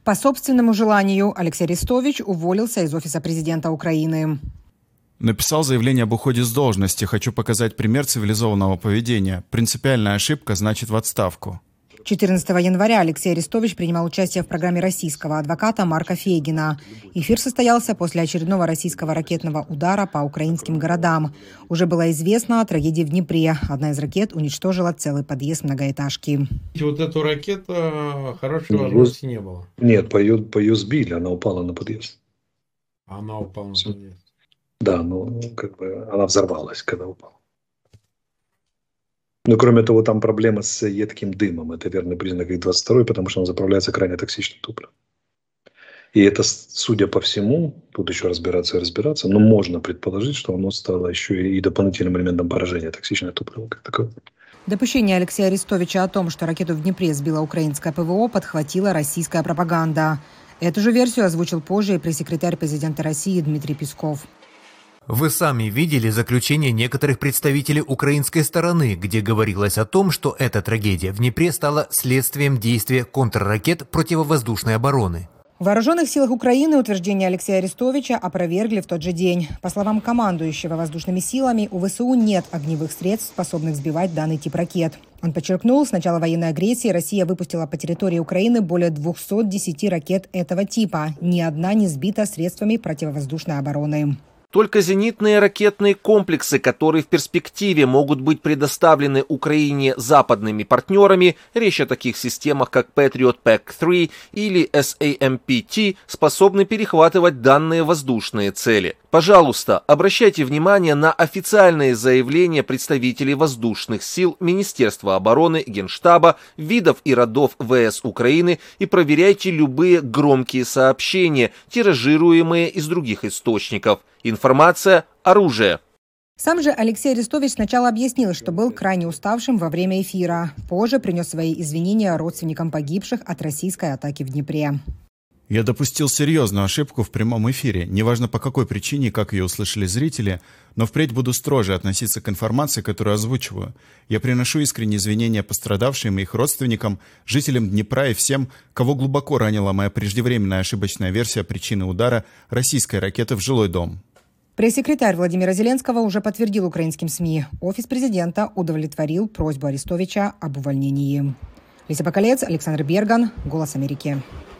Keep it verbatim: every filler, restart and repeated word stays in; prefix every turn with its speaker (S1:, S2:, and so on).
S1: По собственному желанию Алексей Арестович уволился из офиса президента Украины.
S2: Написал заявление об уходе с должности. Хочу показать пример цивилизованного поведения. Принципиальная ошибка значит в отставку.
S1: четырнадцатого января Алексей Арестович принимал участие в программе российского адвоката Марка Фейгина. Эфир состоялся после очередного российского ракетного удара по украинским городам. Уже было известно о трагедии в Днепре. Одна из ракет уничтожила целый подъезд многоэтажки.
S3: Вот эту ракету хорошей возможности не было.
S4: Нет, по ее, по ее сбили, она упала на подъезд.
S3: Она упала на подъезд.
S4: Да, ну как бы она взорвалась, когда упала. Ну, кроме того, там проблема с едким дымом. Это верный признак их двадцать второй, потому что он заправляется крайне токсичным топливом. И это, судя по всему, тут еще разбираться и разбираться, но можно предположить, что оно стало еще и дополнительным элементом поражения токсичное топливо как таковое.
S1: Допущение Алексея Арестовича о том, что ракету в Днепре сбила украинское ПВО, подхватила российская пропаганда. Эту же версию озвучил позже и пресс-секретарь президента России Дмитрий Песков.
S5: Вы сами видели заключение некоторых представителей украинской стороны, где говорилось о том, что эта трагедия в Днепре стала следствием действия контрракет противовоздушной обороны.
S1: В Вооруженных силах Украины утверждение Алексея Арестовича опровергли в тот же день. По словам командующего воздушными силами, у ВСУ нет огневых средств, способных сбивать данный тип ракет. Он подчеркнул, с начала военной агрессии Россия выпустила по территории Украины более двухсот десяти ракет этого типа. Ни одна не сбита средствами противовоздушной обороны.
S6: Только зенитные ракетные комплексы, которые в перспективе могут быть предоставлены Украине западными партнерами, речь о таких системах, как Patriot пэк три или эс эй эм пи ти, способны перехватывать данные воздушные цели. Пожалуйста, обращайте внимание на официальные заявления представителей воздушных сил, Министерства обороны, Генштаба, видов и родов ВС Украины и проверяйте любые громкие сообщения, тиражируемые из других источников. Информация – оружие.
S1: Сам же Алексей Арестович сначала объяснил, что был крайне уставшим во время эфира. Позже принес свои извинения родственникам погибших от российской атаки в Днепре.
S2: Я допустил серьезную ошибку в прямом эфире. Неважно по какой причине и как ее услышали зрители, но впредь буду строже относиться к информации, которую озвучиваю. Я приношу искренние извинения пострадавшим и их родственникам, жителям Днепра и всем, кого глубоко ранила моя преждевременная ошибочная версия причины удара российской ракеты в жилой дом.
S1: Пресс-секретарь Владимира Зеленского уже подтвердил украинским СМИ. Офис президента удовлетворил просьбу Арестовича об увольнении. Леся Бакалец, Александр Берган, «Голос Америки».